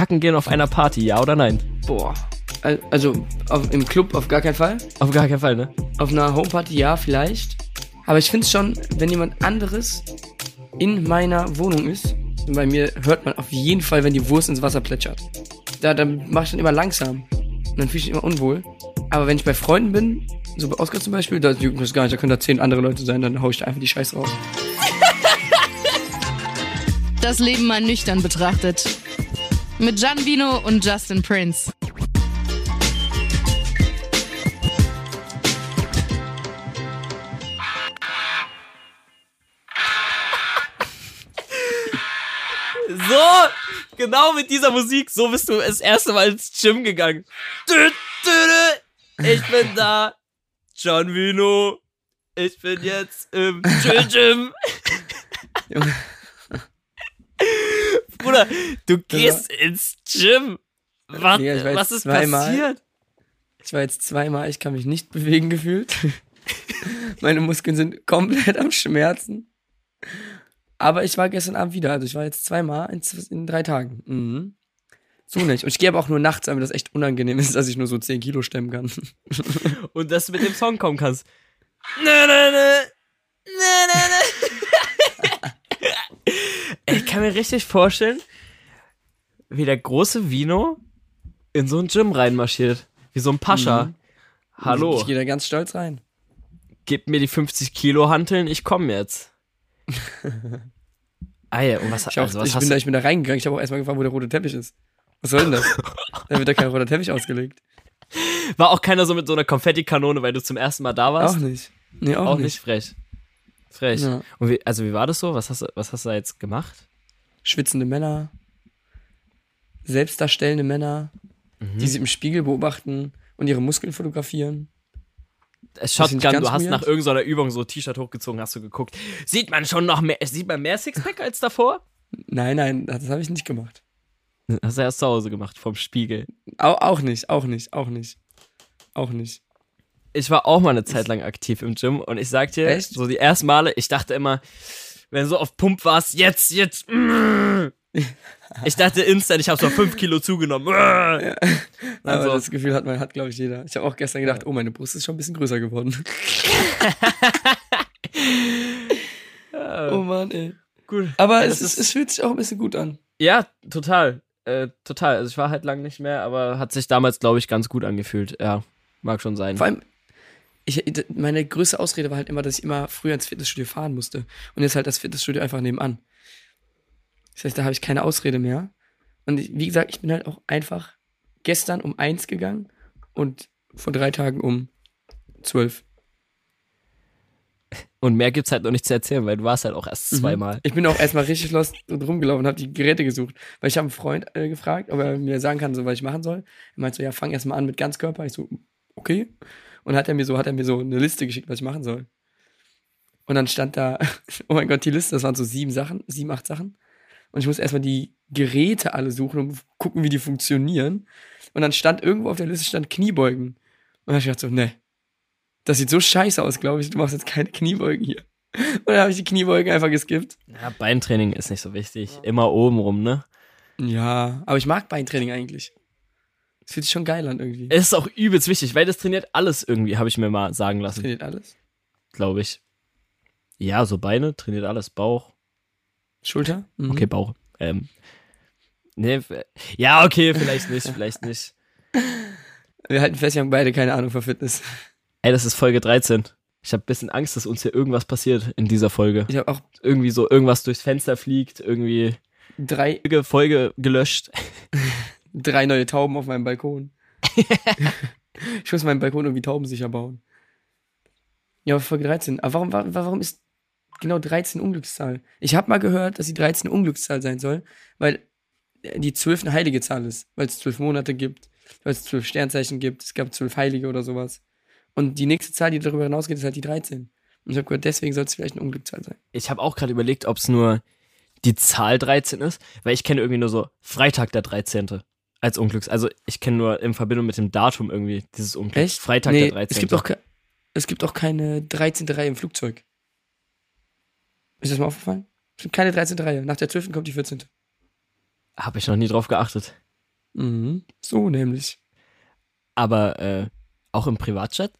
kacken gehen auf einer Party, ja oder nein? Boah. Also im Club auf gar keinen Fall. Auf gar keinen Fall, ne? Auf einer Homeparty ja, vielleicht. Aber ich finde es schon, wenn jemand anderes in meiner Wohnung ist, und bei mir hört man auf jeden Fall, wenn die Wurst ins Wasser plätschert. Dann mache ich dann immer langsam. Und dann fühle ich mich immer unwohl. Aber wenn ich bei Freunden bin, so bei Oskar zum Beispiel, da juckt das gar nicht, da können da 10 andere Leute sein, dann hau ich da einfach die Scheiße raus. Das Leben mal nüchtern betrachtet. Mit Gian Vino und Justin Prince. So, genau mit dieser Musik, so bist du das erste Mal ins Gym gegangen. Ich bin da, Gian Vino. Ich bin jetzt im Gym. Bruder, du gehst ins Gym. Was ist passiert? Ich war jetzt zweimal, ich kann mich nicht bewegen gefühlt. Meine Muskeln sind komplett am Schmerzen. Aber ich war gestern Abend wieder, also ich war jetzt zweimal in 3 Tagen. Mhm. So nicht. Und ich gehe aber auch nur nachts, weil mir das echt unangenehm ist, dass ich nur so 10 Kilo stemmen kann. Und dass du mit dem Song kommen kannst. Na. Ich kann mir richtig vorstellen, wie der große Vino in so ein Gym reinmarschiert. Wie so ein Pascha. Mhm. Hallo. Ich gehe da ganz stolz rein. Gib mir die 50 Kilo Hanteln, ich komme jetzt. Ja, und ich bin da reingegangen, ich habe auch erstmal gefragt, wo der rote Teppich ist. Was soll denn das? Da wird da kein roter Teppich ausgelegt. War auch keiner so mit so einer Konfettikanone, weil du zum ersten Mal da warst? Auch nicht. Nee, auch nicht. Frech. Ja. Und wie war das so? Was hast du da jetzt gemacht? Schwitzende Männer, selbstdarstellende Männer, die sich im Spiegel beobachten und ihre Muskeln fotografieren. Shotgun, du hast nach irgendeiner Übung so ein T-Shirt hochgezogen, hast du geguckt. Sieht man mehr Sixpack als davor? Nein, das habe ich nicht gemacht. Hast du erst zu Hause gemacht, vom Spiegel. Auch nicht. Ich war auch mal eine Zeit lang aktiv im Gym und ich sag dir, echt? So die ersten Male, ich dachte immer, wenn du so auf Pump warst, jetzt. Ich dachte instant, ich habe so 5 Kilo zugenommen. Ja. Aber das Gefühl hat glaube ich, jeder. Ich habe auch gestern gedacht, oh, meine Brust ist schon ein bisschen größer geworden. Oh Mann, ey. Gut. Aber es fühlt sich auch ein bisschen gut an. Ja, total. Also ich war halt lang nicht mehr, aber hat sich damals, glaube ich, ganz gut angefühlt. Ja, mag schon sein. Vor allem, meine größte Ausrede war halt immer, dass ich immer früher ins Fitnessstudio fahren musste. Und jetzt halt das Fitnessstudio einfach nebenan. Das heißt, da habe ich keine Ausrede mehr. Und wie gesagt, ich bin halt auch einfach gestern um 1 gegangen und vor 3 Tagen um 12. Und mehr gibt's halt noch nicht zu erzählen, weil du warst halt auch erst zweimal. Ich bin auch erstmal richtig lost und rumgelaufen und habe die Geräte gesucht. Weil ich habe einen Freund gefragt, ob er mir sagen kann, so was ich machen soll. Er meinte so, ja, fang erstmal an mit Ganzkörper. Ich so, okay. Und hat er mir so eine Liste geschickt, was ich machen soll. Und dann stand da, oh mein Gott, die Liste, das waren so 7, 8 Sachen. Und ich muss erstmal die Geräte alle suchen und gucken, wie die funktionieren. Und dann stand irgendwo auf der Liste Kniebeugen. Und dann habe ich gedacht so, ne, das sieht so scheiße aus, glaube ich. Du machst jetzt keine Kniebeugen hier. Und dann habe ich die Kniebeugen einfach geskippt. Ja, Beintraining ist nicht so wichtig. Immer oben rum, ne? Ja, aber ich mag Beintraining eigentlich. Das fühlt sich schon geil an irgendwie. Es ist auch übelst wichtig, weil das trainiert alles irgendwie, habe ich mir mal sagen lassen. Trainiert alles? Glaube ich. Ja, so trainiert alles. Bauch. Schulter? Mhm. Okay, Bauch. Nee, ja, okay, vielleicht nicht. Wir halten fest, wir haben beide keine Ahnung von Fitness. Ey, das ist Folge 13. Ich habe ein bisschen Angst, dass uns hier irgendwas passiert in dieser Folge. Ich habe auch irgendwie so irgendwas durchs Fenster fliegt, irgendwie 3 Folge gelöscht. 3 neue Tauben auf meinem Balkon. Ich muss meinen Balkon irgendwie taubensicher bauen. Ja, Folge 13. Aber warum ist genau 13 Unglückszahl? Ich habe mal gehört, dass die 13 Unglückszahl sein soll, weil die 12 eine heilige Zahl ist. Weil es 12 Monate gibt, weil es 12 Sternzeichen gibt, es gab 12 Heilige oder sowas. Und die nächste Zahl, die darüber hinausgeht, ist halt die 13. Und ich habe gehört, deswegen soll es vielleicht eine Unglückszahl sein. Ich habe auch gerade überlegt, ob es nur die Zahl 13 ist, weil ich kenne irgendwie nur so Freitag der 13. als Unglücks. Also ich kenne nur in Verbindung mit dem Datum irgendwie dieses Unglück. Echt? Freitag der 13. Es gibt auch keine 13. Reihe im Flugzeug. Ist das mal aufgefallen? Es gibt keine 13. Reihe. Nach der 12. kommt die 14. Habe ich noch nie drauf geachtet. Mhm. So nämlich. Aber auch im Privatjet?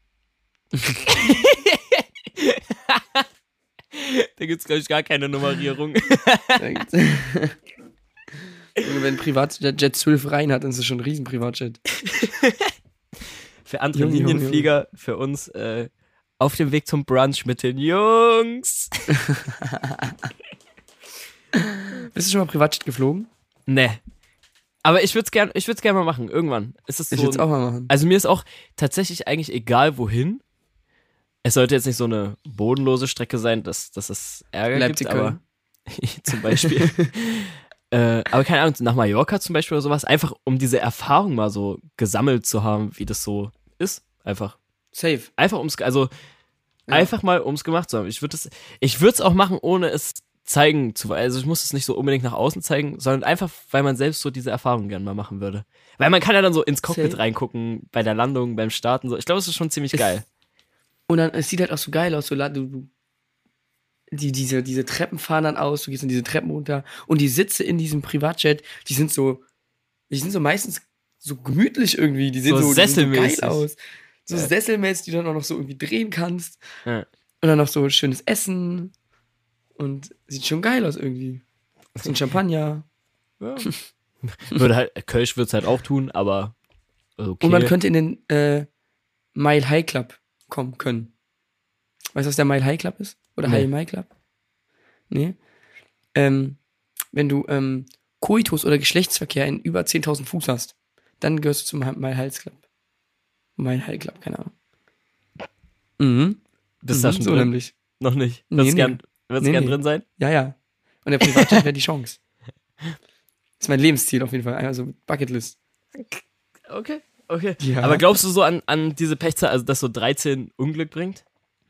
Da gibt's, glaube ich, gar keine Nummerierung. Wenn ein Privatjet 12 Reihen hat, dann ist es schon ein Riesen-Privatjet. Für andere Junge, Linienflieger, für uns auf dem Weg zum Brunch mit den Jungs. Bist du schon mal Privatjet geflogen? Nee. Aber ich würde es gern mal machen, irgendwann. Ist es Ich so würde es auch mal machen. Also mir ist auch tatsächlich eigentlich egal, wohin. Es sollte jetzt nicht so eine bodenlose Strecke sein, dass es Ärger Leipzig, gibt, aber zum Beispiel. Aber keine Ahnung, nach Mallorca zum Beispiel oder sowas, einfach um diese Erfahrung mal so gesammelt zu haben, wie das so ist. Einfach Safe. Einfach mal ums gemacht zu haben. Ich würde es auch machen, ohne es zeigen zu wollen. Also ich muss es nicht so unbedingt nach außen zeigen, sondern einfach, weil man selbst so diese Erfahrung gerne mal machen würde. Weil man kann ja dann so ins Cockpit Safe. reingucken, bei der Landung, beim Starten. So. Ich glaube, es ist schon ziemlich geil. Und dann, es sieht halt auch so geil aus, so diese Treppen fahren dann aus, du gehst dann diese Treppen runter und die Sitze in diesem Privatjet, die sind so meistens so gemütlich irgendwie, die sehen So so sesselmäßig. geil aus. So Ja. sesselmäßig, die du dann auch noch so irgendwie drehen kannst. Ja. Und dann noch so schönes Essen und sieht schon geil aus irgendwie. So ein Champagner. Ja. Kölsch würde es halt auch tun, aber okay. Und man könnte in den Mile High Club kommen können. Weißt du, was der Mile High Club ist? Oder Nee. High Mile Club? Nee. Wenn du Koitus oder Geschlechtsverkehr in über 10.000 Fuß hast, dann gehörst du zum Mile High Club. Mile High Club, keine Ahnung. Mhm. Bist du da schon so drin? nämlich. Noch nicht. Nee, Würdest nee. gern Nee. drin sein? Ja, ja. Und der Privatjet wäre die Chance. Das ist mein Lebensziel auf jeden Fall. Also Bucketlist. Okay. Ja. Aber glaubst du so an diese Pechzahl, also dass so 13 Unglück bringt?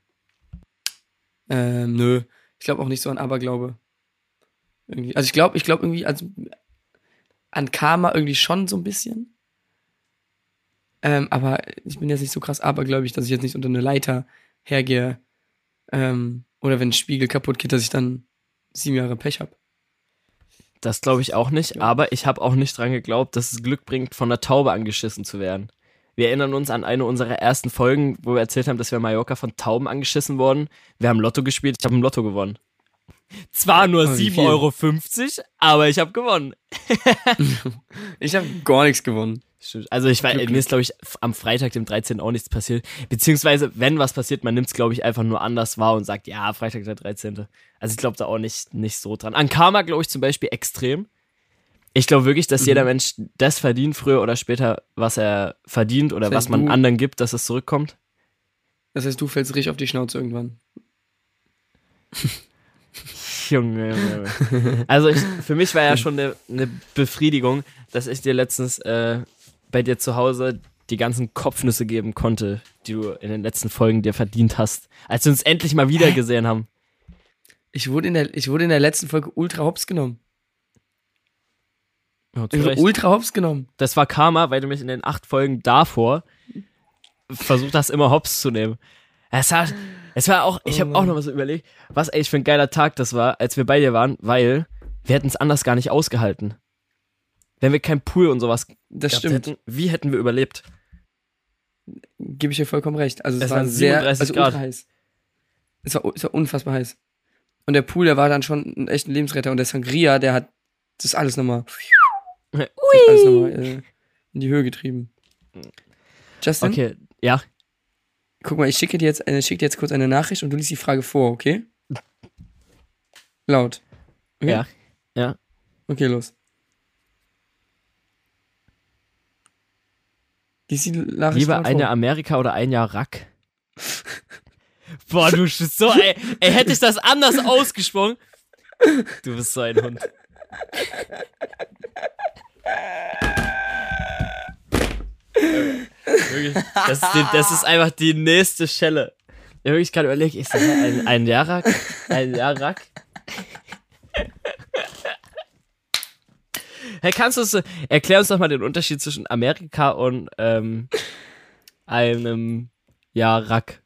Nö. Ich glaube auch nicht so an Aberglaube. Irgendwie. Also ich glaube irgendwie, also an Karma irgendwie schon so ein bisschen. Aber ich bin jetzt nicht so krass abergläubig, dass ich jetzt nicht unter eine Leiter hergehe. Oder wenn ein Spiegel kaputt geht, dass ich dann 7 Jahre Pech habe. Das glaube ich auch nicht, Ja. aber ich habe auch nicht dran geglaubt, dass es Glück bringt, von einer Taube angeschissen zu werden. Wir erinnern uns an eine unserer ersten Folgen, wo wir erzählt haben, dass wir in Mallorca von Tauben angeschissen wurden. Wir haben Lotto gespielt, ich habe im Lotto gewonnen. Zwar nur Aber wie viel? 7,50 €, aber ich habe gewonnen. Ich habe gar nichts gewonnen. Also Glück. mir ist, glaube ich, am Freitag, dem 13. auch nichts passiert. Beziehungsweise, wenn was passiert, man nimmt es, glaube ich, einfach nur anders wahr und sagt, ja, Freitag der 13. Also ich glaube da auch nicht so dran. An Karma glaube ich zum Beispiel extrem. Ich glaube wirklich, dass jeder Mensch das verdient, früher oder später, was er verdient oder Das heißt, was man du- anderen gibt, dass es zurückkommt. Das heißt, du fällst richtig auf die Schnauze irgendwann. Junge. Also für mich war ja schon eine Befriedigung, dass ich dir letztens bei dir zu Hause die ganzen Kopfnüsse geben konnte, die du in den letzten Folgen dir verdient hast, als wir uns endlich mal wieder gesehen haben. Ich wurde in der letzten Folge ultra hops genommen. Ja, zu Ich wurde Recht. ultra hops genommen. Das war Karma, weil du mich in den 8 Folgen davor versucht hast, immer hops zu nehmen. Es war auch, ich habe auch noch mal so überlegt, was eigentlich für ein geiler Tag das war, als wir bei dir waren, weil wir hätten es anders gar nicht ausgehalten. Wenn wir kein Pool und sowas Das gehabt stimmt. hätten, wie hätten wir überlebt? Gebe ich dir vollkommen recht. Also es Es war waren sehr 37 Grad. ultra heiß. Es war unfassbar heiß. Und der Pool, der war dann schon ein echter Lebensretter. Und der Sangria, der hat das alles nochmal in die Höhe getrieben. Justin, Okay, ja. guck mal, ich schicke dir jetzt kurz eine Nachricht und du liest die Frage vor, okay? Laut. Okay? Ja. Ja. Okay, los. Lies die Nachricht Lieber laut ein vor. Jahr Amerika oder ein Jahr Rack? Boah, du bist so, ey, hätte ich das anders ausgesprochen? Du bist so ein Hund. Wirklich, das ist einfach die nächste Schelle. Ich hab wirklich gerade überlegt, ich sage ein Jahr Rack? Ein Jahr Rack? Hey, erklär uns doch mal den Unterschied zwischen Amerika und einem Jahr Rack.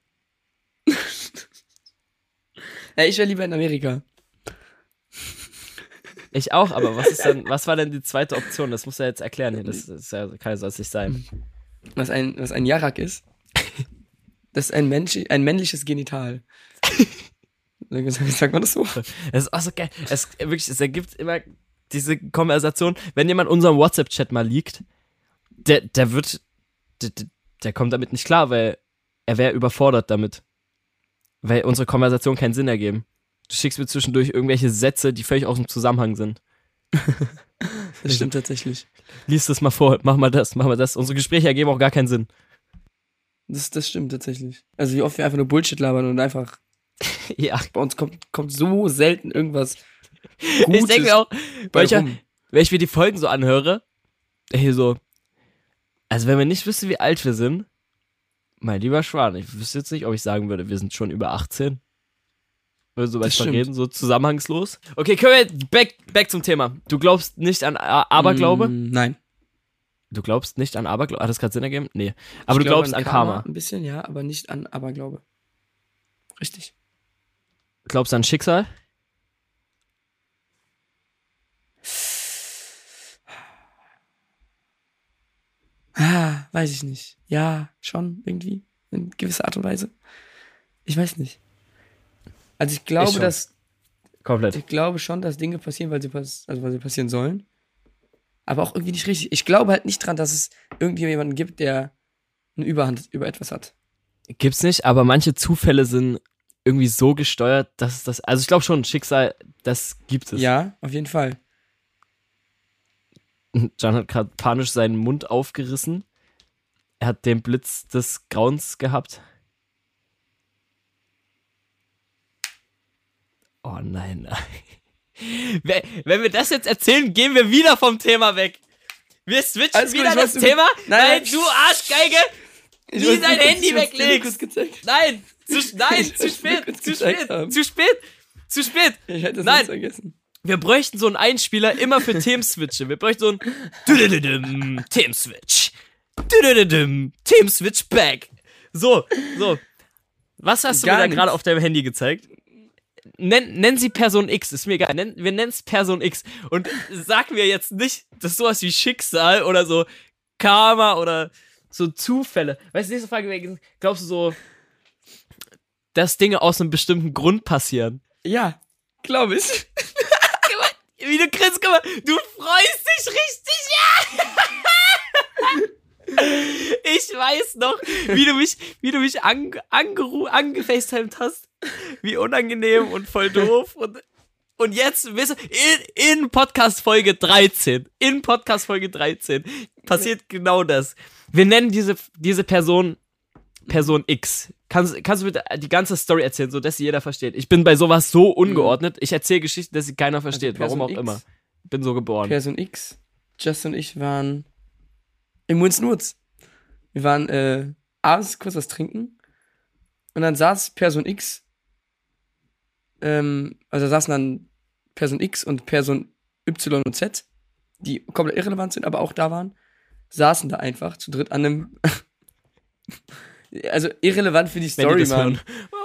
Ja, ich wäre lieber in Amerika. Ich auch, aber was war denn die zweite Option? Das muss er jetzt erklären hier. Das ist ja, kann ja sonst nicht sein. Was ein Jarak ist? Das ist ein männliches Genital. Wie sagt man das so? Das ist auch so geil. Es ergibt immer diese Konversation, wenn jemand unseren WhatsApp-Chat mal liegt, der kommt damit nicht klar, weil er wäre überfordert damit. Weil unsere Konversation keinen Sinn ergeben. Du schickst mir zwischendurch irgendwelche Sätze, die völlig aus dem Zusammenhang sind. Das stimmt tatsächlich. Lies das mal vor, mach mal das. Unsere Gespräche ergeben auch gar keinen Sinn. Das stimmt tatsächlich. Also wie oft wir einfach nur Bullshit labern und einfach Ja. bei uns kommt so selten irgendwas Gutes. Ich denke auch, rum. wenn ich mir die Folgen so anhöre, hier so, also wenn wir nicht wüssten, wie alt wir sind, mein lieber Schwan, ich wüsste jetzt nicht, ob ich sagen würde, wir sind schon über 18. Oder so weit reden, so zusammenhangslos. Okay, können wir back zum Thema. Du glaubst nicht an Aberglaube? Nein. Du glaubst nicht an Aberglaube? Hat das gerade Sinn ergeben? Nee. Aber du glaubst an Karma. Ein bisschen, ja, aber nicht an Aberglaube. Richtig. Glaubst du an Schicksal? Weiß ich nicht. Ja, schon, irgendwie. In gewisser Art und Weise. Ich weiß nicht. Also ich glaube, Komplett. Ich glaube schon, dass Dinge passieren, weil sie passieren sollen. Aber auch irgendwie nicht richtig. Ich glaube halt nicht dran, dass es irgendjemanden gibt, der eine Überhand über etwas hat. Gibt's nicht, aber manche Zufälle sind irgendwie so gesteuert, dass es das. Also ich glaube schon, Schicksal, das gibt es. Ja, auf jeden Fall. Can hat gerade panisch seinen Mund aufgerissen. Er hat den Blitz des Grauens gehabt. Oh nein. Wenn wir das jetzt erzählen, gehen wir wieder vom Thema weg. Wir switchen Alles gut, wieder das Thema. Nein, du Arschgeige. Nie dein Handy weglegst. Nein, zu spät. Ich hätte das Nein. nicht vergessen. Wir bräuchten so einen Einspieler immer für Themenswitche. Wir bräuchten so einen Themenswitch. Themenswitch back. So. Was hast du mir da gerade auf deinem Handy gezeigt? Nenn sie Person X, ist mir egal. Wir nennen es Person X. Und sag mir jetzt nicht, dass sowas wie Schicksal oder so Karma oder so Zufälle. Weißt du, nächste Frage wäre, glaubst du so, dass Dinge aus einem bestimmten Grund passieren? Ja, glaube ich. Wie du grinst, guck mal, du freust dich richtig, ja! Ich weiß noch, wie du mich angefacetimed hast. Wie unangenehm und voll doof. Und jetzt, in Podcast-Folge 13, passiert genau das. Wir nennen diese Person X. Kannst du bitte die ganze Story erzählen, so dass sie jeder versteht? Ich bin bei sowas so ungeordnet. Ich erzähle Geschichten, dass sie keiner versteht. Also warum auch X, immer. Ich bin so geboren. Person X, Justin und ich waren im Munznurz. Wir waren abends kurz was trinken und dann saß Person X, also saßen dann Person X und Person Y und Z, die komplett irrelevant sind, aber auch da waren, saßen da einfach zu dritt an einem also irrelevant für die Story, Mann.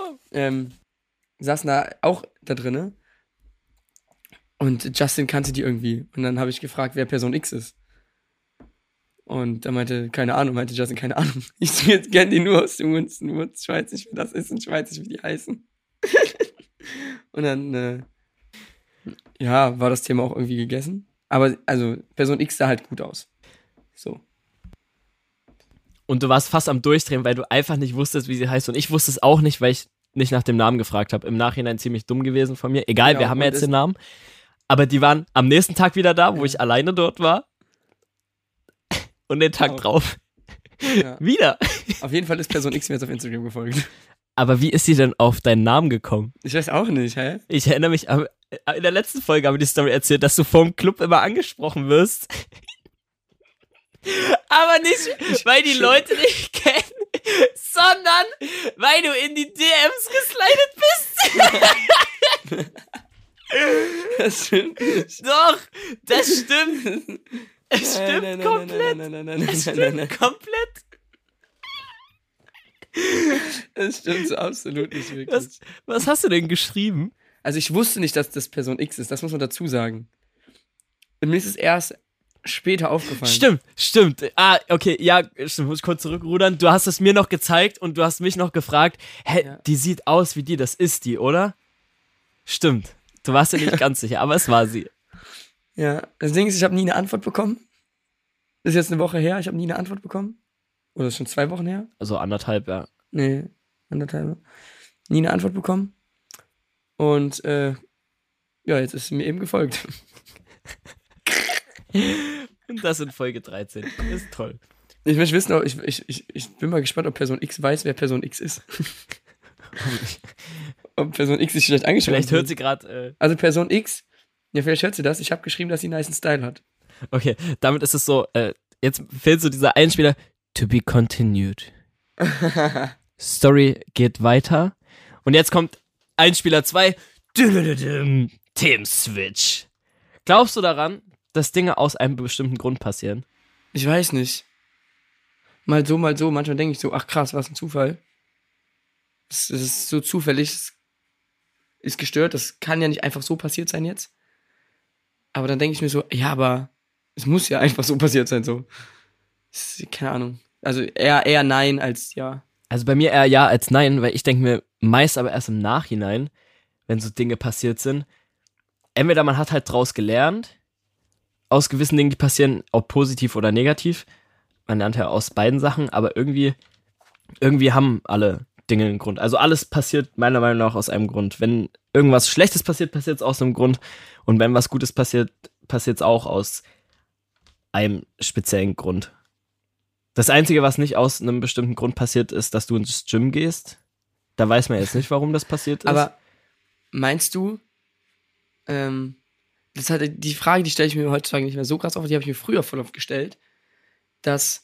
Saßen da auch da drinne und Justin kannte die irgendwie und dann habe ich gefragt, wer Person X ist. Und er meinte Justin, keine Ahnung. Ich kenne die nur aus dem Munznurz. Ich weiß nicht, wer das ist und ich weiß nicht, wie die heißen. Und dann, war das Thema auch irgendwie gegessen. Aber, also, Person X sah halt gut aus. So. Und du warst fast am Durchdrehen, weil du einfach nicht wusstest, wie sie heißt. Und ich wusste es auch nicht, weil ich nicht nach dem Namen gefragt habe. Im Nachhinein ziemlich dumm gewesen von mir. Egal, Genau, wir haben ja jetzt den Namen. Aber die waren am nächsten Tag wieder da, wo ich alleine dort war. Und den Tag drauf. Ja. Wieder. Auf jeden Fall ist Person X mir jetzt auf Instagram gefolgt. Aber wie ist sie denn auf deinen Namen gekommen? Ich weiß auch nicht, hä? Ich erinnere mich, in der letzten Folge haben wir die Story erzählt, dass du vorm Club immer angesprochen wirst. Aber nicht, weil die Leute dich kennen, sondern weil du in die DMs geslidet bist. Das stimmt nicht. Doch, das stimmt. Es stimmt komplett. Nein. Komplett. Das stimmt so absolut nicht wirklich. Was hast du denn geschrieben? Also ich wusste nicht, dass das Person X ist, das muss man dazu sagen. Mir ist es erst später aufgefallen. Stimmt. Okay, ja, stimmt, muss ich kurz zurückrudern. Du hast es mir noch gezeigt und du hast mich noch gefragt, die sieht aus wie die, das ist die, oder? Stimmt. Du warst dir nicht ganz sicher, aber es war sie. Ja, das Ding ist, ich habe nie eine Antwort bekommen. Das ist jetzt eine Woche her, ich habe nie eine Antwort bekommen. Oder ist schon 2 Wochen her? Also 1,5, ja. Nee, 1,5. Nie eine Antwort bekommen. Und, jetzt ist sie mir eben gefolgt. Und das in Folge 13. Ist toll. Ich möchte wissen, ich bin mal gespannt, ob Person X weiß, wer Person X ist. Ob Person X sich vielleicht angeschaut hat. Vielleicht hört sie gerade. Also Person X, ja, vielleicht hört sie das. Ich habe geschrieben, dass sie einen nice Style hat. Okay, damit ist es so, jetzt fehlt so dieser Einspieler. To be continued. Story geht weiter. Und jetzt kommt Einspieler 2. Themen-Switch. Glaubst du daran, dass Dinge aus einem bestimmten Grund passieren? Ich weiß nicht. Mal so, mal so. Manchmal denke ich so, ach krass, was ein Zufall. Das ist so zufällig. Das ist gestört. Das kann ja nicht einfach so passiert sein jetzt. Aber dann denke ich mir so, ja, aber es muss ja einfach so passiert sein, so. Keine Ahnung. Also eher nein als ja. Also bei mir eher ja als nein, weil ich denke mir meist aber erst im Nachhinein, wenn so Dinge passiert sind, entweder man hat halt draus gelernt, aus gewissen Dingen, die passieren, ob positiv oder negativ. Man lernt ja aus beiden Sachen, aber irgendwie haben alle Dinge einen Grund. Also alles passiert meiner Meinung nach aus einem Grund. Wenn irgendwas Schlechtes passiert, passiert es aus einem Grund. Und wenn was Gutes passiert, passiert es auch aus einem speziellen Grund. Das Einzige, was nicht aus einem bestimmten Grund passiert, ist, dass du ins Gym gehst. Da weiß man jetzt nicht, warum das passiert ist. Aber meinst du, das ist halt die Frage, die stelle ich mir heutzutage nicht mehr so krass auf, die habe ich mir früher voll oft gestellt, dass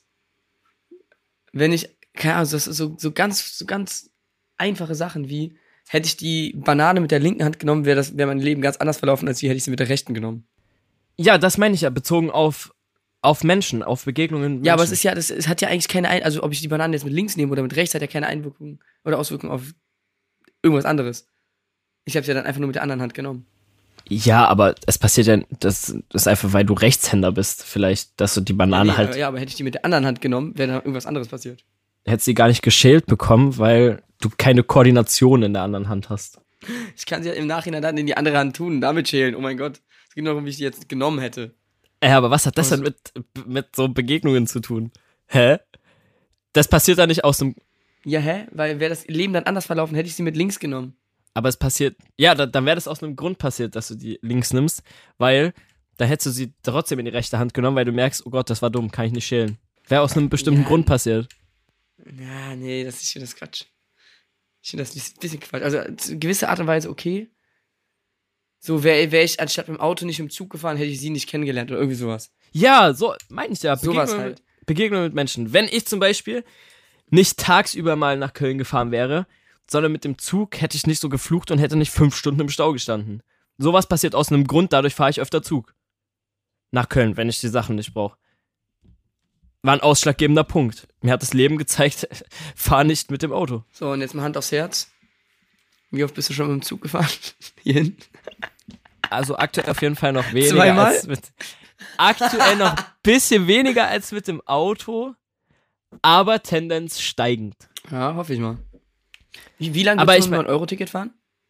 wenn ich, keine Ahnung, das ist so ganz einfache Sachen wie, hätte ich die Banane mit der linken Hand genommen, wäre mein Leben ganz anders verlaufen, als hätte ich sie mit der rechten genommen. Ja, das meine ich ja, bezogen auf Menschen, auf Begegnungen mit Menschen. Ja, aber es hat ja eigentlich keine also ob ich die Banane jetzt mit links nehme oder mit rechts, hat ja keine Einwirkung oder Auswirkung auf irgendwas anderes. Ich habe es ja dann einfach nur mit der anderen Hand genommen. Ja, aber es passiert ja, das ist einfach, weil du Rechtshänder bist, vielleicht, dass du die Banane halt... Ja, aber hätte ich die mit der anderen Hand genommen, wäre dann irgendwas anderes passiert. Hättest sie gar nicht geschält bekommen, weil du keine Koordination in der anderen Hand hast. Ich kann sie ja im Nachhinein dann in die andere Hand tun und damit schälen. Oh mein Gott. Es geht noch, wie ich die jetzt genommen hätte. Ja, aber was hat das denn mit so Begegnungen zu tun? Hä? Das passiert da nicht aus dem... Ja, weil wäre das Leben dann anders verlaufen, hätte ich sie mit links genommen. Aber es passiert... Ja, dann wäre das aus einem Grund passiert, dass du die links nimmst, weil da hättest du sie trotzdem in die rechte Hand genommen, weil du merkst, oh Gott, das war dumm, kann ich nicht schälen. Wäre aus einem bestimmten Grund passiert. Ja, nee, ich finde das Quatsch. Ich finde das ein bisschen Quatsch. Also, in gewisser Art und Weise okay. So, wäre ich anstatt mit dem Auto nicht im Zug gefahren, hätte ich sie nicht kennengelernt oder irgendwie sowas. Ja, so meine ich ja. Sowas halt. Begegnungen mit Menschen. Wenn ich zum Beispiel nicht tagsüber mal nach Köln gefahren wäre, sondern mit dem Zug, hätte ich nicht so geflucht und hätte nicht 5 Stunden im Stau gestanden. Sowas passiert aus einem Grund, dadurch fahre ich öfter Zug. Nach Köln, wenn ich die Sachen nicht brauche. War ein ausschlaggebender Punkt. Mir hat das Leben gezeigt, fahr nicht mit dem Auto. So, und jetzt mal Hand aufs Herz. Wie oft bist du schon mit dem Zug gefahren? Hierhin? Also aktuell auf jeden Fall noch weniger. Zweimal? Aktuell noch ein bisschen weniger als mit dem Auto, aber Tendenz steigend. Ja, hoffe ich mal. Wie lange aber willst du mit einem 9-Euro-Ticket fahren?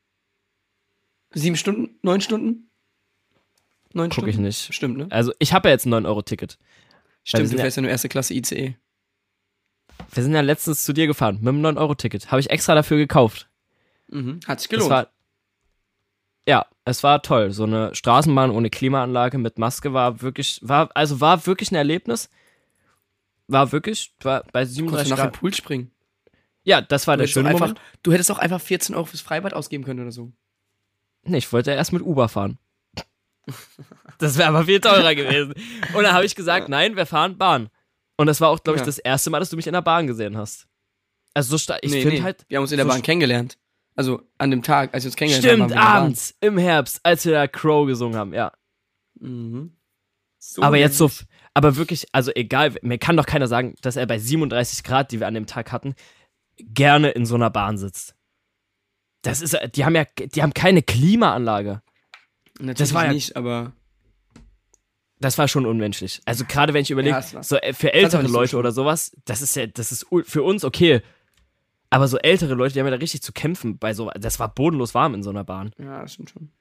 7 Stunden? 9 Stunden? 9 Guck Stunden? ich nicht. Stimmt, ne? Also ich habe ja jetzt ein 9-Euro-Ticket. Stimmt, du fährst ja nur erste Klasse ICE. Wir sind ja letztens zu dir gefahren mit einem 9-Euro-Ticket. Habe ich extra dafür gekauft. Mhm. Hat sich gelohnt. Es war toll. So eine Straßenbahn ohne Klimaanlage mit Maske war wirklich ein Erlebnis. War bei 37 Konntest du nach dem Pool springen? Ja, das war der schöne Moment. Du hättest auch einfach 14 Euro fürs Freibad ausgeben können oder so. Nee, ich wollte erst mit Uber fahren. Das wäre aber viel teurer gewesen. Und dann habe ich gesagt, nein, wir fahren Bahn. Und das war auch, glaube ich, das erste Mal, dass du mich in der Bahn gesehen hast. Also ich finde halt... Wir haben uns in der Bahn kennengelernt. Also an dem Tag, als wir uns kennengelernt haben. Stimmt, abends, im Herbst, als wir da Crow gesungen haben, ja. Mhm. So aber jetzt so, aber wirklich, also egal, mir kann doch keiner sagen, dass er bei 37 Grad, die wir an dem Tag hatten, gerne in so einer Bahn sitzt. Das ist, die haben keine Klimaanlage. Natürlich das war nicht, aber Das war schon unmenschlich. Also gerade wenn ich überlege, Ja, es war- so für auch ältere nicht so Leute schlimm. oder sowas, das ist für uns okay. Aber so ältere Leute, die haben ja da richtig zu kämpfen bei so, das war bodenlos warm in so einer Bahn. Ja, das stimmt schon.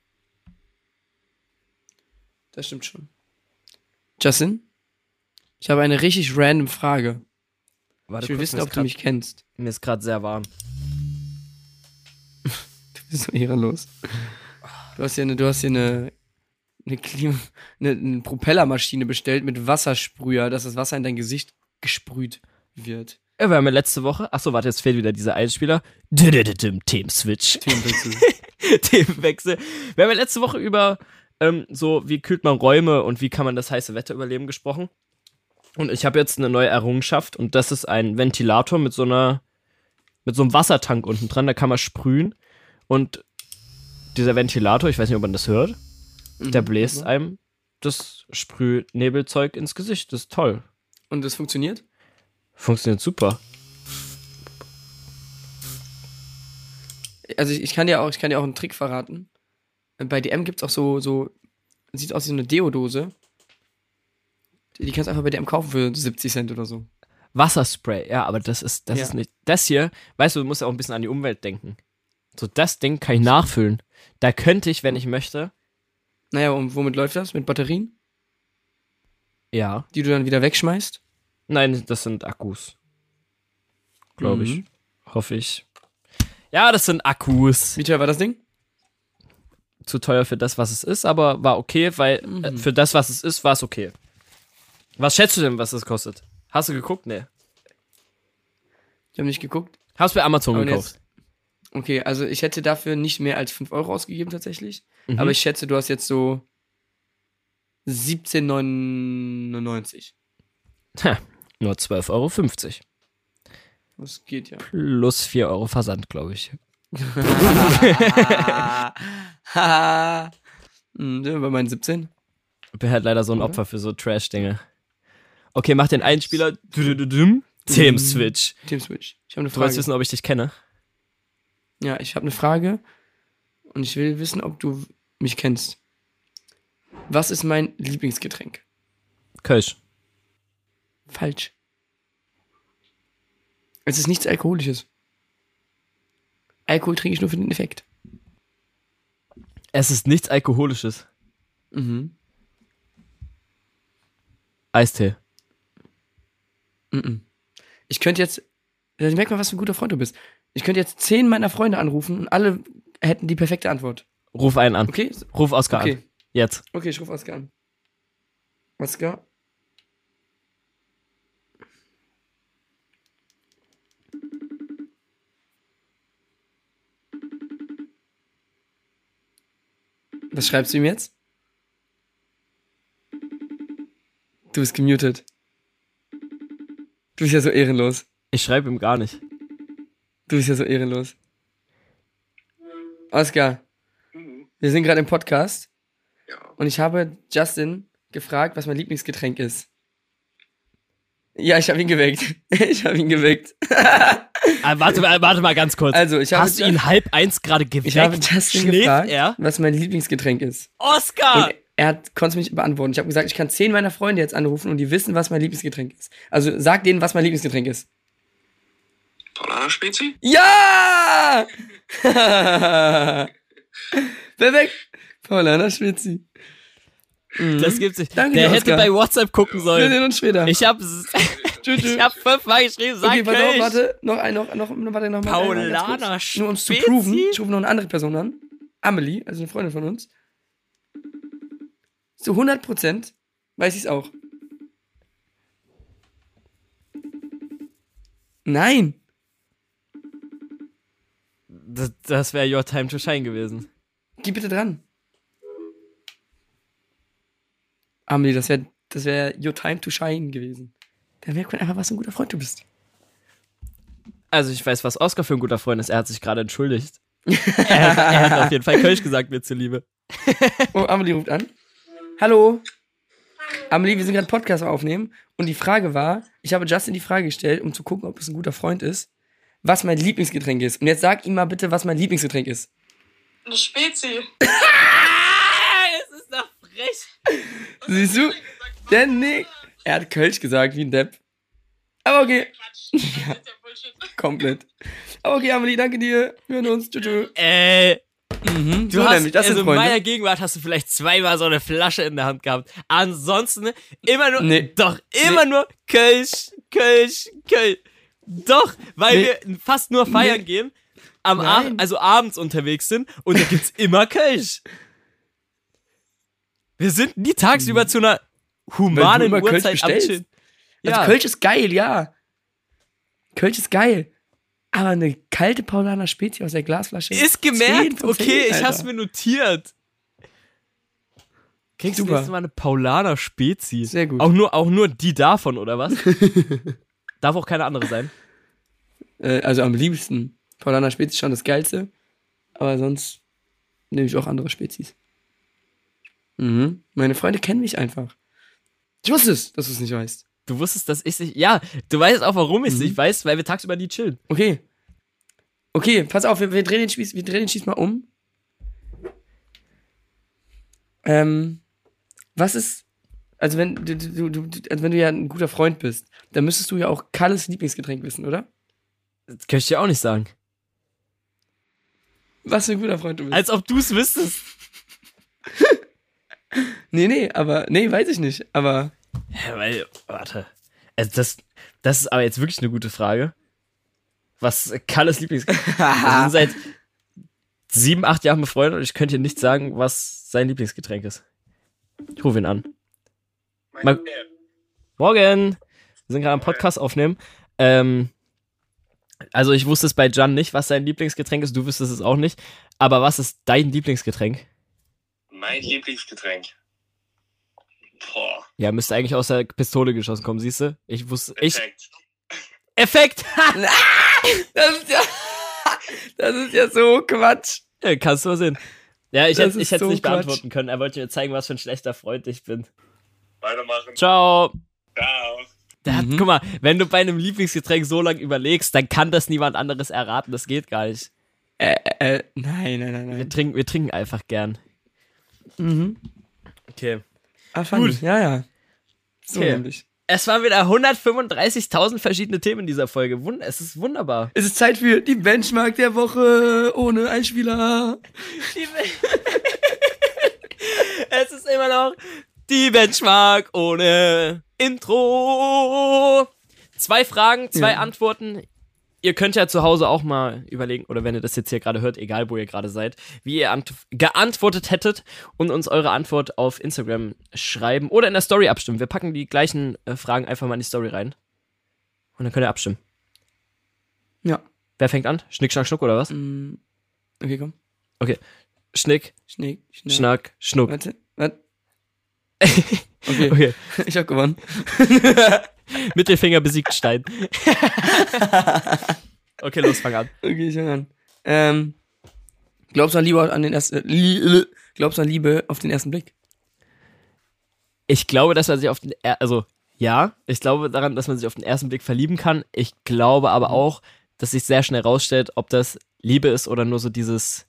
Das stimmt schon. Justin, ich habe eine richtig random Frage. Warte, Ich will kurz, wissen, ob du mich kennst. Mir ist gerade sehr warm. Du bist so ehrenlos. Du hast hier eine Propellermaschine bestellt mit Wassersprüher, dass das Wasser in dein Gesicht gesprüht wird. Ja, wir haben ja letzte Woche, achso, warte, jetzt fehlt wieder dieser Einspieler. Themenswitch. Themenwechsel. Wir haben ja letzte Woche über so, wie kühlt man Räume und wie kann man das heiße Wetter überleben gesprochen. Und ich habe jetzt eine neue Errungenschaft und das ist ein Ventilator mit so einem Wassertank unten dran, da kann man sprühen und dieser Ventilator, ich weiß nicht, ob man das hört, der bläst einem das Sprühnebelzeug ins Gesicht. Das ist toll. Und das funktioniert? Funktioniert super. Also ich kann dir auch einen Trick verraten. Bei DM gibt's auch so sieht aus wie so eine Deodose. Die kannst du einfach bei DM kaufen für 70 Cent oder so. Wasserspray, ja, aber das ist nicht. Das hier, weißt du musst ja auch ein bisschen an die Umwelt denken. So, das Ding kann ich nachfüllen. Da könnte ich, wenn ich möchte. Naja, und womit läuft das? Mit Batterien? Ja. Die du dann wieder wegschmeißt? Nein, das sind Akkus. Glaube ich. Mhm. Hoffe ich. Ja, das sind Akkus. Wie teuer war das Ding? Zu teuer für das, was es ist, aber war okay, weil für das, was es ist, war es okay. Was schätzt du denn, was es kostet? Hast du geguckt? Nee. Ich habe nicht geguckt. Hast du bei Amazon Aber gekauft? Okay, also ich hätte dafür nicht mehr als 5 Euro ausgegeben tatsächlich. Mhm. Aber ich schätze, du hast jetzt so 17,99. Nur 12,50 Euro. Das geht ja. Plus 4 Euro Versand, glaube ich. Sind wir bei meinen 17? Ich bin halt leider so ein Oder? Opfer für so Trash-Dinge. Okay, mach den Einspieler. Themenswitch. Team Switch. Ich habe eine Du wolltest Frage. wissen, ob ich dich kenne? Ja, ich habe eine Frage und ich will wissen, ob du mich kennst. Was ist mein Lieblingsgetränk? Kölsch. Falsch. Es ist nichts Alkoholisches. Alkohol trinke ich nur für den Effekt. Es ist nichts Alkoholisches. Mhm. Eistee. Mhm. Ich könnte jetzt, ich merke mal, was für ein guter Freund du bist. Ich könnte jetzt 10 meiner Freunde anrufen und alle hätten die perfekte Antwort. Ruf einen an. Okay? Ruf Oskar Okay. an. Jetzt. Okay, ich rufe Oskar an. Oskar? Was schreibst du ihm jetzt? Du bist gemutet. Du bist ja so ehrenlos. Ich schreibe ihm gar nicht. Du bist ja so ehrenlos. Oskar, wir sind gerade im Podcast. Ja. Und ich habe Justin gefragt, was mein Lieblingsgetränk ist. Ja, ich habe ihn geweckt. Ich habe ihn geweckt. Warte mal ganz kurz. Also, ich habe Hast du ihn 12:30 gerade geweckt? Ich habe Justin Schläft gefragt, er? was mein Lieblingsgetränk ist. Oskar! Und konnte es mir nicht beantworten. Ich habe gesagt, ich kann 10 meiner Freunde jetzt anrufen und die wissen, was mein Lieblingsgetränk ist. Also sag denen, was mein Lieblingsgetränk ist. Paulaner Spezi? Ja! Perfekt. Paulaner Schwitzi. Das gibt's nicht. Danke Der dir, hätte Oskar. bei WhatsApp gucken Wir sollen. sehen uns später. Ich hab Tschüss. 5-mal geschrieben, sag Okay, pass auf, Kölsch. warte. Noch mal. Paulaner ganz kurz. Nur um es zu Spezi? proven. Ich rufe noch eine andere Person an. Amelie, also eine Freundin von uns. Zu 100% weiß ich es auch. Nein. Das wäre Your Time to Shine gewesen. Geh bitte dran. Amelie, das wär Your Time to Shine gewesen. Da merkt man einfach, was für ein guter Freund du bist. Also ich weiß, was Oskar für ein guter Freund ist. Er hat sich gerade entschuldigt. er hat auf jeden Fall Kölsch gesagt, mir zuliebe. Oh, Amelie ruft an. Hallo. Amelie, wir sind gerade Podcast aufnehmen und die Frage war, ich habe Justin die Frage gestellt, um zu gucken, ob es ein guter Freund ist, was mein Lieblingsgetränk ist. Und jetzt sag ihm mal bitte, was mein Lieblingsgetränk ist. Eine Spezi. Es ist doch frech. Siehst du? Der Nick. Er hat Kölsch gesagt, wie ein Depp. Aber okay. Ja, komplett. Aber okay, Amelie, danke dir. Wir hören uns. Tschüss. Du So hast, nämlich, das also sind in Freunde. meiner Gegenwart hast du vielleicht zweimal so eine Flasche in der Hand gehabt. Ansonsten immer nur, Nee. immer nur Kölsch. Doch, weil Nee. wir fast nur feiern Nee. gehen, Nein. also abends unterwegs sind und da gibt's immer Kölsch. Wir sind nie tagsüber zu einer humanen immer Kölsch Uhrzeit am bestellst. Chillen. Also Kölsch ist geil, ja. Kölsch ist geil. Aber eine kalte Paulaner Spezi aus der Glasflasche. Ist 10 gemerkt, von 10, okay, ich Alter. hab's mir notiert. Kriegst du Super. nächstes Mal eine Paulaner Spezi? Sehr gut. Auch nur die davon, oder was? Darf auch keine andere sein. Also am liebsten. Paulaner Spezi ist schon das Geilste. Aber sonst nehme ich auch andere Spezies. Meine Freunde kennen mich einfach. Ich wusste es, dass du es nicht weißt. Du wusstest, dass ich nicht. Ja, du weißt auch, warum ich es nicht weiß, weil wir tagsüber nie chillen. Okay. Okay, pass auf, wir drehen den Spieß mal um. Was ist, also wenn wenn du ja ein guter Freund bist, dann müsstest du ja auch Kalles Lieblingsgetränk wissen, oder? Das kann ich dir auch nicht sagen. Was für ein guter Freund du bist. Als ob du es wüsstest. Nee, weiß ich nicht, aber Ja, weil, warte. Also das ist aber jetzt wirklich eine gute Frage. Was Kalles Lieblingsgetränk? Wir sind seit 7, 8 Jahren befreundet und ich könnte dir nicht sagen, was sein Lieblingsgetränk ist. Ich rufe ihn an. Morgen! Wir sind gerade am Podcast aufnehmen. Also ich wusste es bei Can nicht, was sein Lieblingsgetränk ist. Du wüsstest es auch nicht. Aber was ist dein Lieblingsgetränk? Mein Lieblingsgetränk. Boah, Ja, müsste eigentlich aus der Pistole geschossen kommen, siehst du? Ich wusste. perfekt. Effekt! das ist ja so Quatsch. Ja, kannst du mal sehen. Ja, ich Das hätte ist es so nicht Quatsch. beantworten können. Er wollte mir zeigen, was für ein schlechter Freund ich bin. Weitermachen. Ciao! Ciao. Guck mal, wenn du bei einem Lieblingsgetränk so lange überlegst, dann kann das niemand anderes erraten. Das geht gar nicht. Nein. Wir trinken einfach gern. Okay. Ah, funny. Gut. Ja. So Okay. nämlich. Es waren wieder 135.000 verschiedene Themen in dieser Folge. Es ist wunderbar. Es ist Zeit für die Benchmark der Woche ohne Einspieler. Es ist immer noch die Benchmark ohne Intro. 2 Fragen, 2 Antworten. Ihr könnt ja zu Hause auch mal überlegen, oder wenn ihr das jetzt hier gerade hört, egal wo ihr gerade seid, wie ihr geantwortet hättet und uns eure Antwort auf Instagram schreiben oder in der Story abstimmen. Wir packen die gleichen Fragen einfach mal in die Story rein. Und dann könnt ihr abstimmen. Ja. Wer fängt an? Schnick, Schnack, Schnuck oder was? Okay, komm. Schnick, Schnick, schnack. Schnack, Schnuck. Warte. Okay. Okay. Ich hab gewonnen. Mittelfinger besiegt Stein. Okay, los, fang an. Okay, ich fang an. Glaubst du an Liebe auf den ersten Blick? Ich glaube, dass man sich auf den ich glaube daran, dass man sich auf den ersten Blick verlieben kann. Ich glaube aber auch, dass sich sehr schnell rausstellt, ob das Liebe ist oder nur so dieser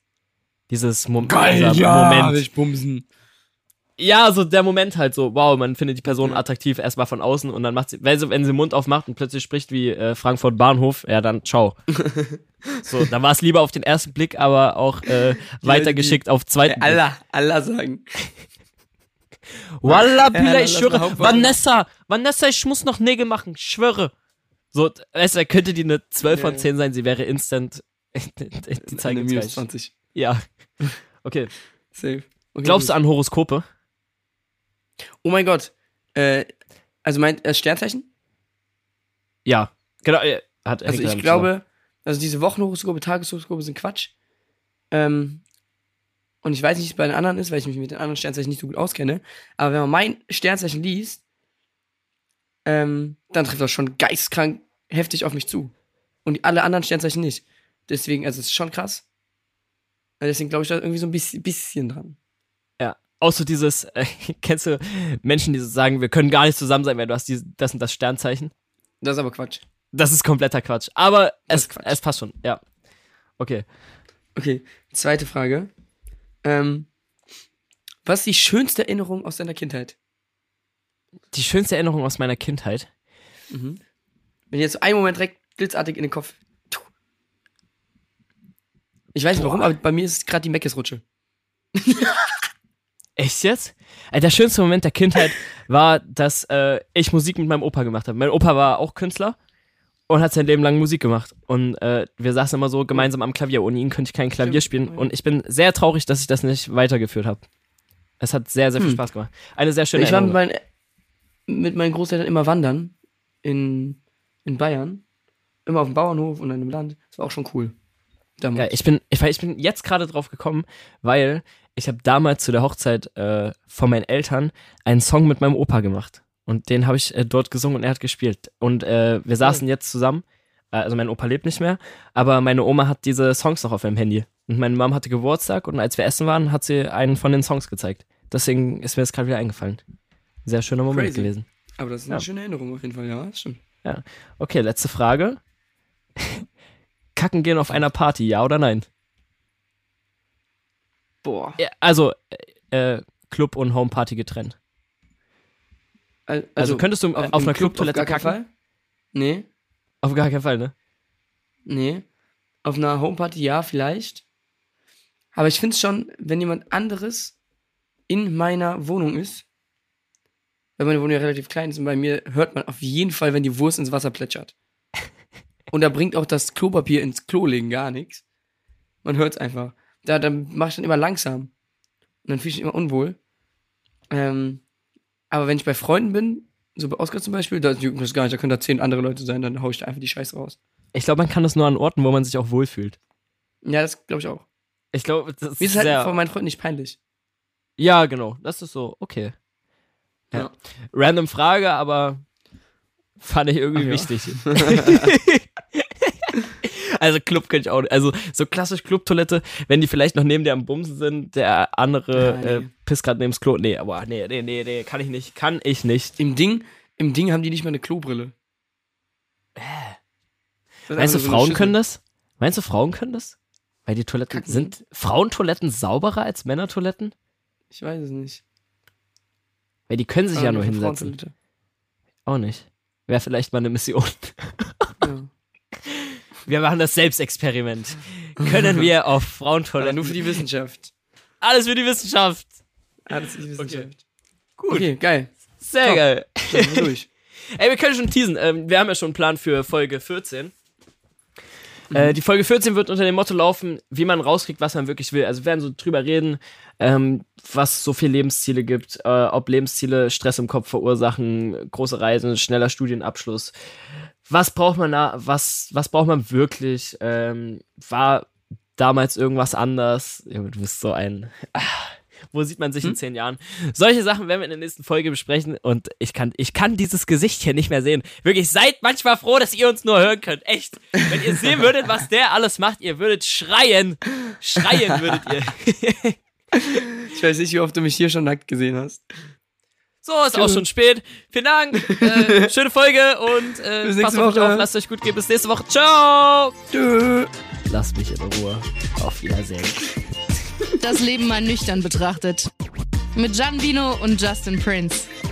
Moment. Ich bumsen. Ja, so der Moment halt so, wow, man findet die Person attraktiv erstmal von außen und dann macht sie, wenn sie den Mund aufmacht und plötzlich spricht wie Frankfurt Bahnhof, ja dann ciao. So, dann war es lieber auf den ersten Blick, aber auch weitergeschickt auf zweiten Blick. Allah sagen. Wallah, Bila, Ja, ich lass schwöre. mal Hauptwort. Vanessa, ich muss noch Nägel machen, ich schwöre. So, weißt du, da könnte die eine 12 von 10 sein, sie wäre instant. Die zeigen Eine uns minus gleich. 20. Ja. Okay. Safe. Okay, Glaubst du gut. an Horoskope? Oh mein Gott. Also mein Sternzeichen? Ja. Genau. Also ich glaube, also diese Wochenhoroskope, Tageshoroskope sind Quatsch. Und ich weiß nicht, wie es bei den anderen ist, weil ich mich mit den anderen Sternzeichen nicht so gut auskenne. Aber wenn man mein Sternzeichen liest, dann trifft das schon geistkrank heftig auf mich zu. Und alle anderen Sternzeichen nicht. Deswegen, also es ist schon krass. Deswegen glaube ich da irgendwie so ein bisschen dran. Ja. Auch so dieses, kennst du Menschen, die so sagen, wir können gar nicht zusammen sein, weil du hast das und das Sternzeichen? Das ist aber Quatsch. Das ist kompletter Quatsch. Aber Das ist Quatsch. es passt schon, ja. Okay. Okay, zweite Frage. Was ist die schönste Erinnerung aus deiner Kindheit? die schönste Erinnerung aus meiner Kindheit. Wenn jetzt einen Moment direkt blitzartig in den Kopf. Ich weiß nicht warum, aber bei mir ist es gerade die Meckes-Rutsche. Echt jetzt? Der schönste Moment der Kindheit war, dass ich Musik mit meinem Opa gemacht habe. Mein Opa war auch Künstler und hat sein Leben lang Musik gemacht. Und wir saßen immer so gemeinsam am Klavier. Ohne ihn könnte ich kein Klavier spielen. Und ich bin sehr traurig, dass ich das nicht weitergeführt habe. Es hat sehr, sehr viel Spaß gemacht. Eine sehr schöne Ich war Erinnerung. mit meinen Großeltern immer wandern in Bayern. Immer auf dem Bauernhof und dann im Land. Das war auch schon cool. Geil. Ich bin jetzt gerade drauf gekommen, weil ich habe damals zu der Hochzeit von meinen Eltern einen Song mit meinem Opa gemacht. Und den habe ich dort gesungen und er hat gespielt. Und wir saßen jetzt zusammen. Also mein Opa lebt nicht mehr, aber meine Oma hat diese Songs noch auf ihrem Handy. Und meine Mom hatte Geburtstag und als wir essen waren, hat sie einen von den Songs gezeigt. Deswegen ist mir das gerade wieder eingefallen. Sehr schöner Moment Crazy. gewesen. Aber das ist eine schöne Erinnerung auf jeden Fall, ja, das stimmt. Ja. Okay, letzte Frage. Kacken gehen auf einer Party, ja oder nein? Boah. Ja, also, Club und Homeparty getrennt. Also könntest du auf einer Clubtoilette auf gar keinen kacken? Fall? Nee, Auf gar keinen Fall, ne? nee. Auf einer Homeparty ja, vielleicht. Aber ich finde es schon, wenn jemand anderes in meiner Wohnung ist, weil meine Wohnung ja relativ klein ist und bei mir hört man auf jeden Fall, wenn die Wurst ins Wasser plätschert. Und da bringt auch das Klopapier ins Klo legen gar nichts. Man hört es einfach. Da mache ich dann immer langsam. Und dann fühle ich mich immer unwohl. Aber wenn ich bei Freunden bin, so bei Oskar zum Beispiel, da juckt das gar nicht, da können da 10 andere Leute sein, dann hau ich da einfach die Scheiße raus. Ich glaube, man kann das nur an Orten, wo man sich auch wohlfühlt. Ja, das glaube ich auch. Ich glaube, das Mir ist ist halt sehr... von meinen Freunden nicht peinlich. Ja, genau. Das ist so, okay. Ja. Ja. Random Frage, aber fand ich irgendwie Ach ja. wichtig. Also Club könnte ich auch nicht. Also so klassisch Clubtoilette, wenn die vielleicht noch neben dir am Bumsen sind, der andere Ja, nee. pisst gerade neben das Klo. Nee, aber nee, kann ich nicht. Im Ding haben die nicht mal eine Klobrille. Das ist Meinst du, einfach so eine Frauen Schüssel. können das? Meinst du, Frauen können das? Weil die Toiletten, Kacken. sind Frauentoiletten sauberer als Männertoiletten? Ich weiß es nicht. Weil die können sich Aber ja nur für hinsetzen. Frauentoilette. Auch nicht. Wäre vielleicht mal eine Mission. Ja. Wir machen das Selbstexperiment. Können wir auf Aber Frauentoiletten... nur für die Wissenschaft. Alles für die Wissenschaft. Alles für die Wissenschaft. Gut. Okay, geil. Sehr Top. geil. Dann sind wir durch. Ey, wir können schon teasen. Wir haben ja schon einen Plan für Folge 14. Die Folge 14 wird unter dem Motto laufen, wie man rauskriegt, was man wirklich will. Also wir werden so drüber reden, was so viele Lebensziele gibt, ob Lebensziele Stress im Kopf verursachen, große Reisen, schneller Studienabschluss. Was braucht man da, was braucht man wirklich? War damals irgendwas anders? Ja, du bist so ein... Wo sieht man sich in 10 Jahren? Solche Sachen werden wir in der nächsten Folge besprechen und ich kann dieses Gesicht hier nicht mehr sehen. Wirklich, seid manchmal froh, dass ihr uns nur hören könnt. Echt. Wenn ihr sehen würdet, was der alles macht, ihr würdet schreien. Schreien würdet ihr. Ich weiß nicht, wie oft du mich hier schon nackt gesehen hast. So, ist auch schon spät. Vielen Dank. Schöne Folge und passt nächste auf euch Woche. auf. Lasst euch gut gehen. Bis nächste Woche. Ciao. Tschö. Lasst mich in Ruhe. Auf Wiedersehen. Das Leben mal nüchtern betrachtet. Mit Gianvino und Justin Prince.